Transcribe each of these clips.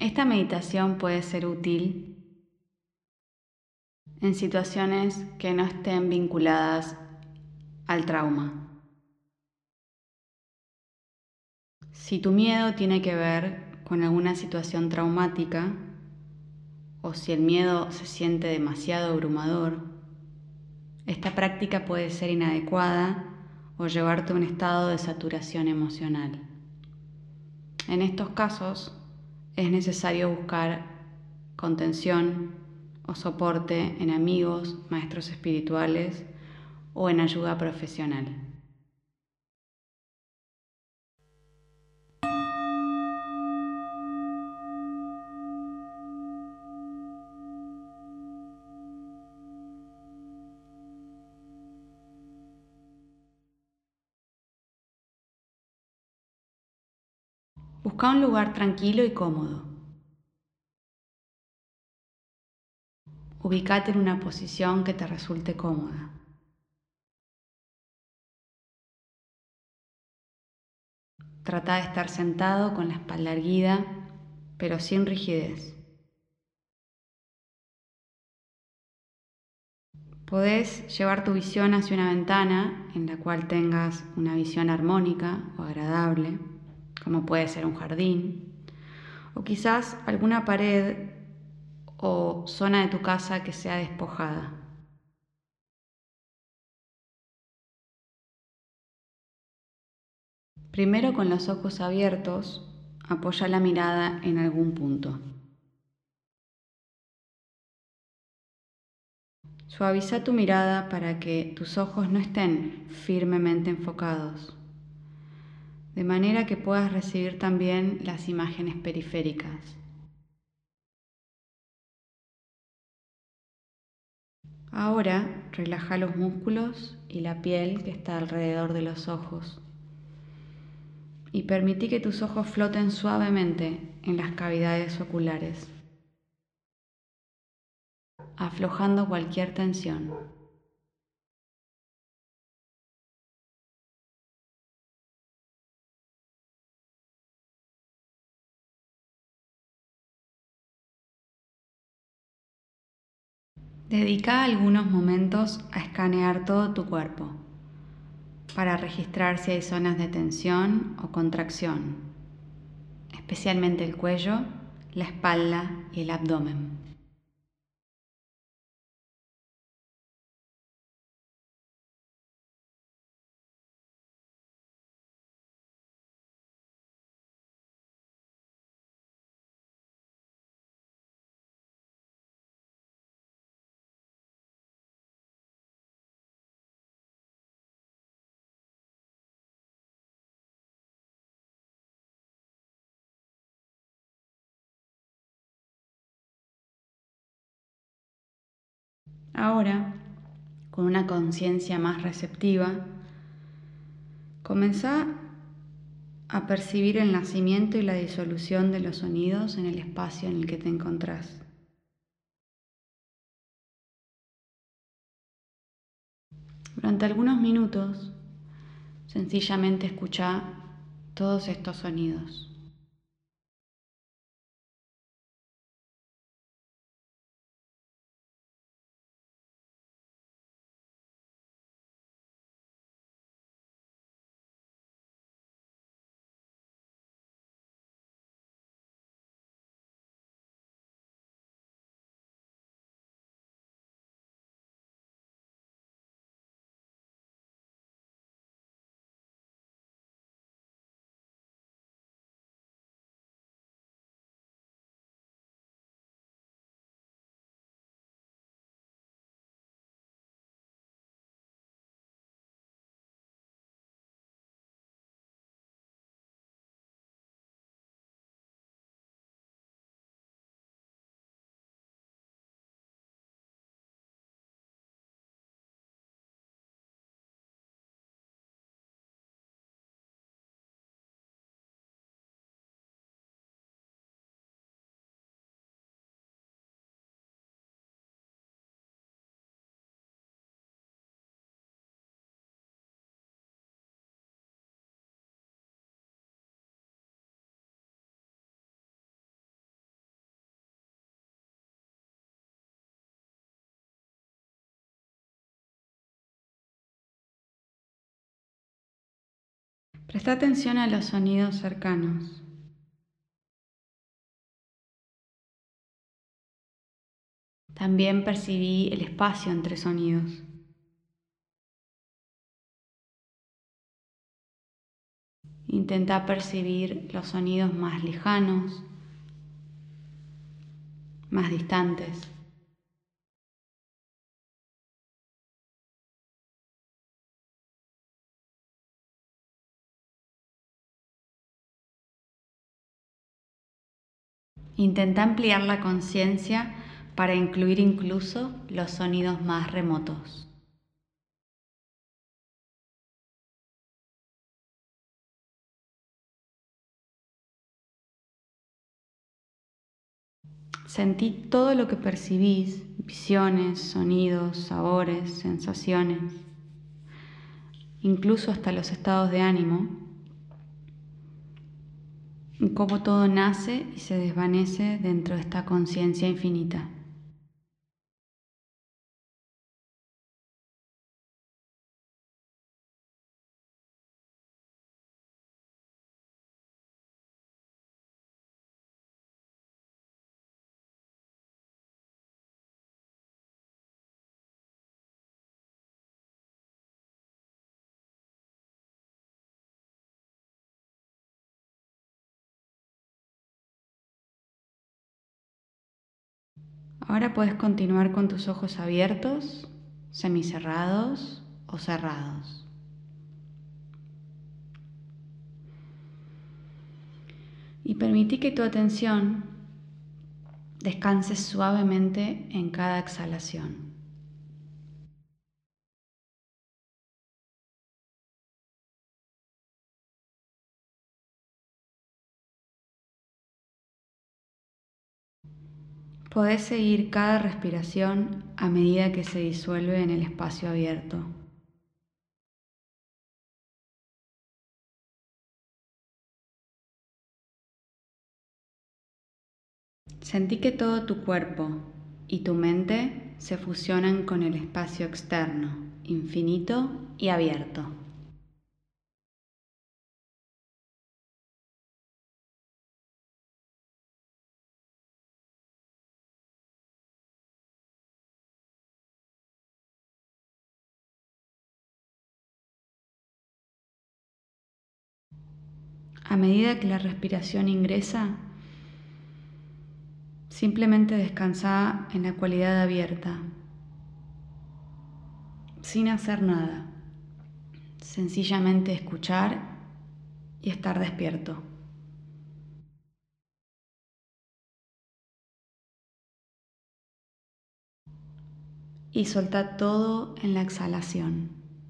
Esta meditación puede ser útil en situaciones que no estén vinculadas al trauma. Si tu miedo tiene que ver con alguna situación traumática, o si el miedo se siente demasiado abrumador, esta práctica puede ser inadecuada o llevarte a un estado de saturación emocional. En estos casos, es necesario buscar contención o soporte en amigos, maestros espirituales o en ayuda profesional. Busca un lugar tranquilo y cómodo. Ubícate en una posición que te resulte cómoda. Trata de estar sentado con la espalda erguida, pero sin rigidez. Podés llevar tu visión hacia una ventana en la cual tengas una visión armónica o agradable, como puede ser un jardín, o quizás alguna pared o zona de tu casa que sea despojada. Primero, con los ojos abiertos, apoya la mirada en algún punto. Suaviza tu mirada para que tus ojos no estén firmemente enfocados, de manera que puedas recibir también las imágenes periféricas. Ahora relaja los músculos y la piel que está alrededor de los ojos y permití que tus ojos floten suavemente en las cavidades oculares, aflojando cualquier tensión. Dedica algunos momentos a escanear todo tu cuerpo para registrar si hay zonas de tensión o contracción, especialmente el cuello, la espalda y el abdomen. Ahora, con una conciencia más receptiva, comenzá a percibir el nacimiento y la disolución de los sonidos en el espacio en el que te encontrás. Durante algunos minutos, sencillamente escuchá todos estos sonidos. Presta atención a los sonidos cercanos. También percibí el espacio entre sonidos. Intenta percibir los sonidos más lejanos, más distantes. Intenta ampliar la conciencia para incluir incluso los sonidos más remotos. Sentí todo lo que percibís, visiones, sonidos, sabores, sensaciones, incluso hasta los estados de ánimo, y cómo todo nace y se desvanece dentro de esta conciencia infinita. Ahora puedes continuar con tus ojos abiertos, semicerrados o cerrados. Y permití que tu atención descanse suavemente en cada exhalación. Podés seguir cada respiración a medida que se disuelve en el espacio abierto. Sentí que todo tu cuerpo y tu mente se fusionan con el espacio externo, infinito y abierto. A medida que la respiración ingresa, simplemente descansa en la cualidad abierta, sin hacer nada, sencillamente escuchar y estar despierto. Y solta todo en la exhalación.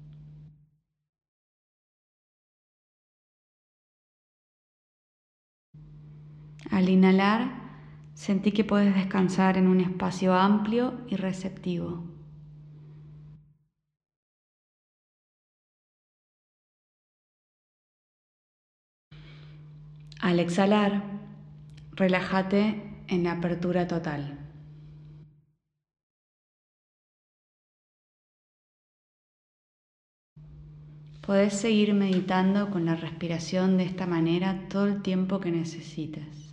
Al inhalar, sentí que puedes descansar en un espacio amplio y receptivo. Al exhalar, relájate en la apertura total. Podés seguir meditando con la respiración de esta manera todo el tiempo que necesites.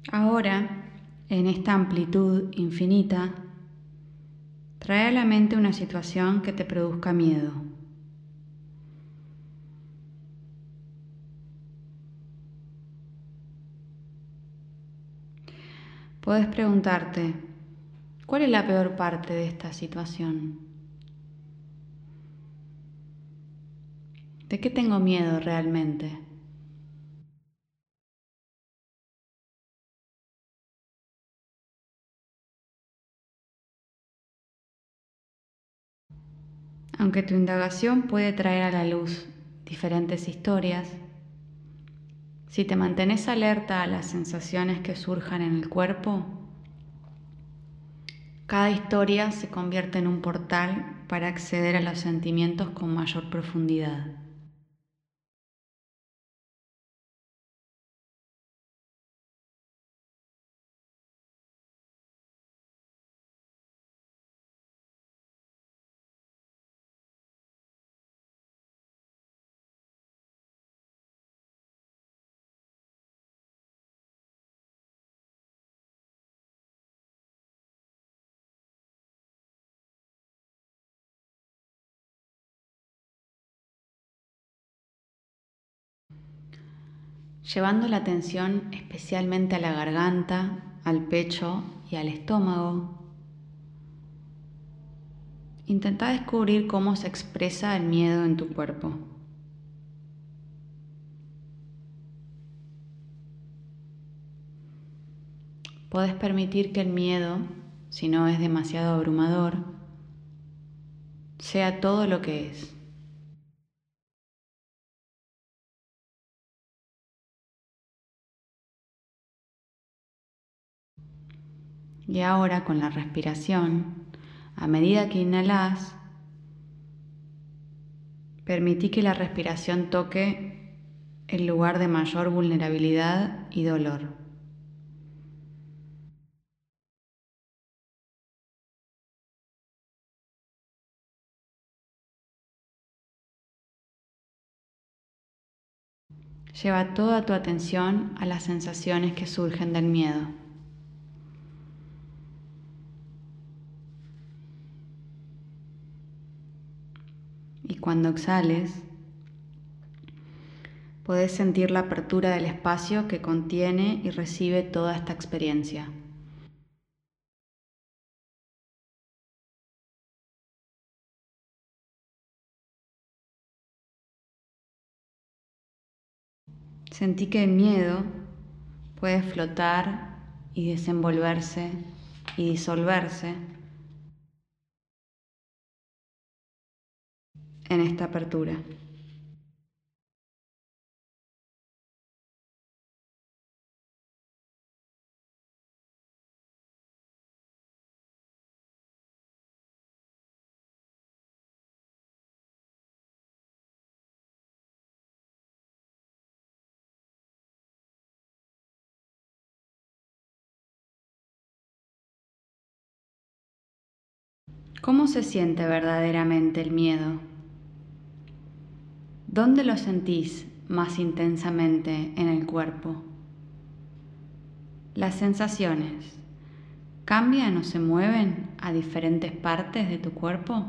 Ahora, en esta amplitud infinita, trae a la mente una situación que te produzca miedo. Puedes preguntarte, ¿cuál es la peor parte de esta situación? ¿De qué tengo miedo realmente? Aunque tu indagación puede traer a la luz diferentes historias, si te mantienes alerta a las sensaciones que surjan en el cuerpo, cada historia se convierte en un portal para acceder a los sentimientos con mayor profundidad. Llevando la atención especialmente a la garganta, al pecho y al estómago, intenta descubrir cómo se expresa el miedo en tu cuerpo. Puedes permitir que el miedo, si no es demasiado abrumador, sea todo lo que es. Y ahora con la respiración, a medida que inhalas, permití que la respiración toque el lugar de mayor vulnerabilidad y dolor. Lleva toda tu atención a las sensaciones que surgen del miedo. Y cuando exhales, podés sentir la apertura del espacio que contiene y recibe toda esta experiencia. Sentí que el miedo puede flotar y desenvolverse y disolverse en esta apertura. ¿Cómo se siente verdaderamente el miedo? ¿Dónde lo sentís más intensamente en el cuerpo? Las sensaciones cambian o se mueven a diferentes partes de tu cuerpo.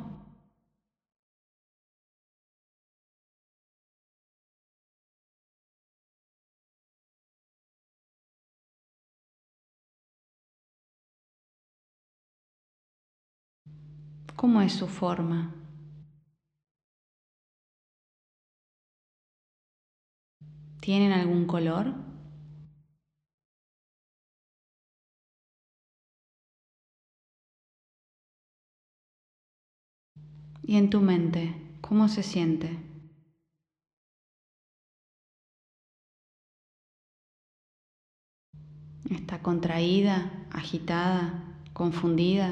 ¿Cómo es su forma? ¿Tienen algún color? ¿Y en tu mente, cómo se siente? ¿Está contraída, agitada, confundida?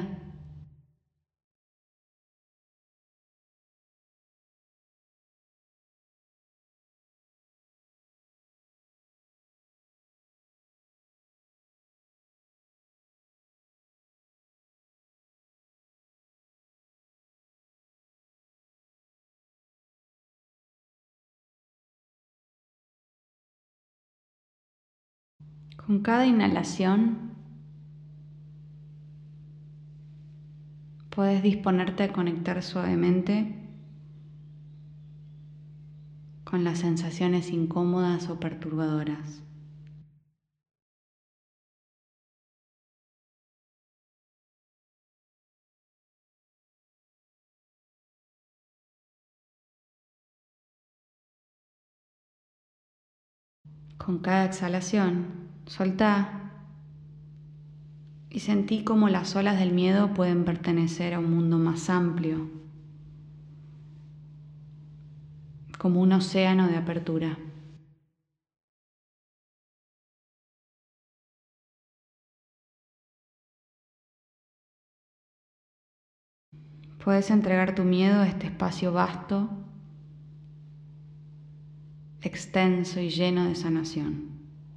Con cada inhalación puedes disponerte a conectar suavemente con las sensaciones incómodas o perturbadoras. Con cada exhalación, soltá y sentí cómo las olas del miedo pueden pertenecer a un mundo más amplio, como un océano de apertura. Puedes entregar tu miedo a este espacio vasto, extenso y lleno de sanación.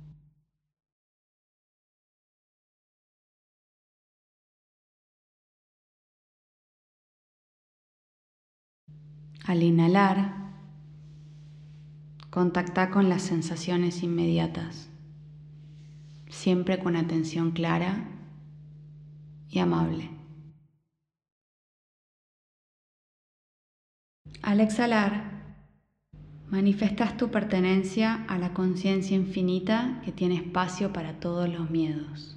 Al inhalar, contacta con las sensaciones inmediatas, siempre con atención clara y amable. Al exhalar, manifestas tu pertenencia a la conciencia infinita que tiene espacio para todos los miedos.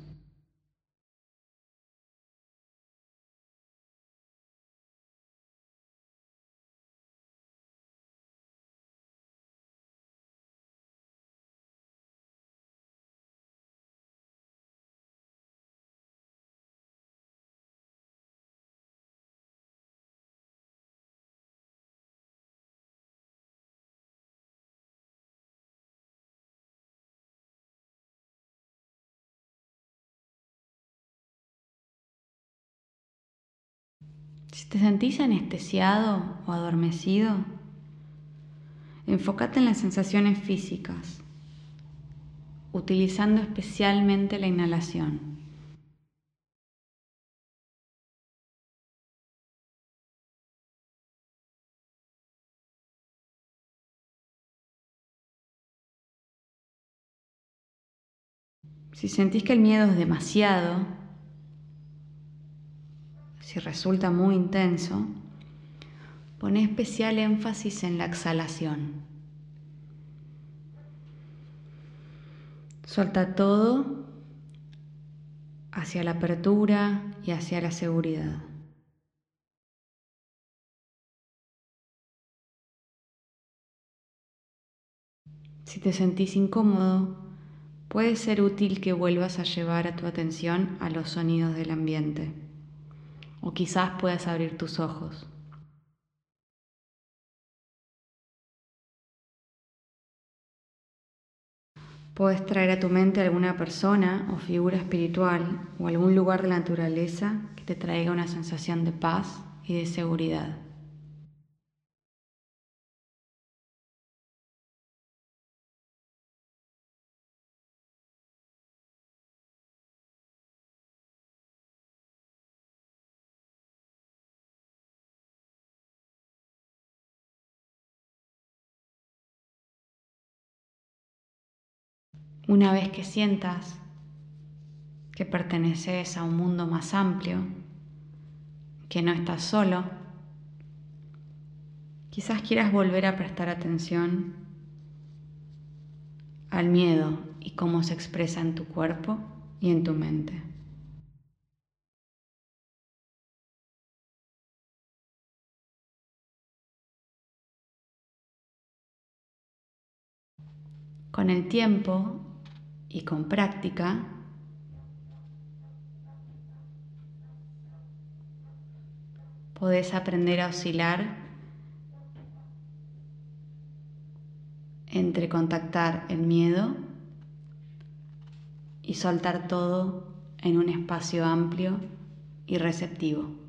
Si te sentís anestesiado o adormecido, enfócate en las sensaciones físicas, utilizando especialmente la inhalación. Si sentís que el miedo es demasiado, si resulta muy intenso, pon especial énfasis en la exhalación. Suelta todo hacia la apertura y hacia la seguridad. Si te sentís incómodo, puede ser útil que vuelvas a llevar a tu atención a los sonidos del ambiente, o quizás puedas abrir tus ojos. Puedes traer a tu mente alguna persona o figura espiritual o algún lugar de la naturaleza que te traiga una sensación de paz y de seguridad. Una vez que sientas que perteneces a un mundo más amplio, que no estás solo, quizás quieras volver a prestar atención al miedo y cómo se expresa en tu cuerpo y en tu mente. Con el tiempo y con práctica, podés aprender a oscilar entre contactar el miedo y soltar todo en un espacio amplio y receptivo.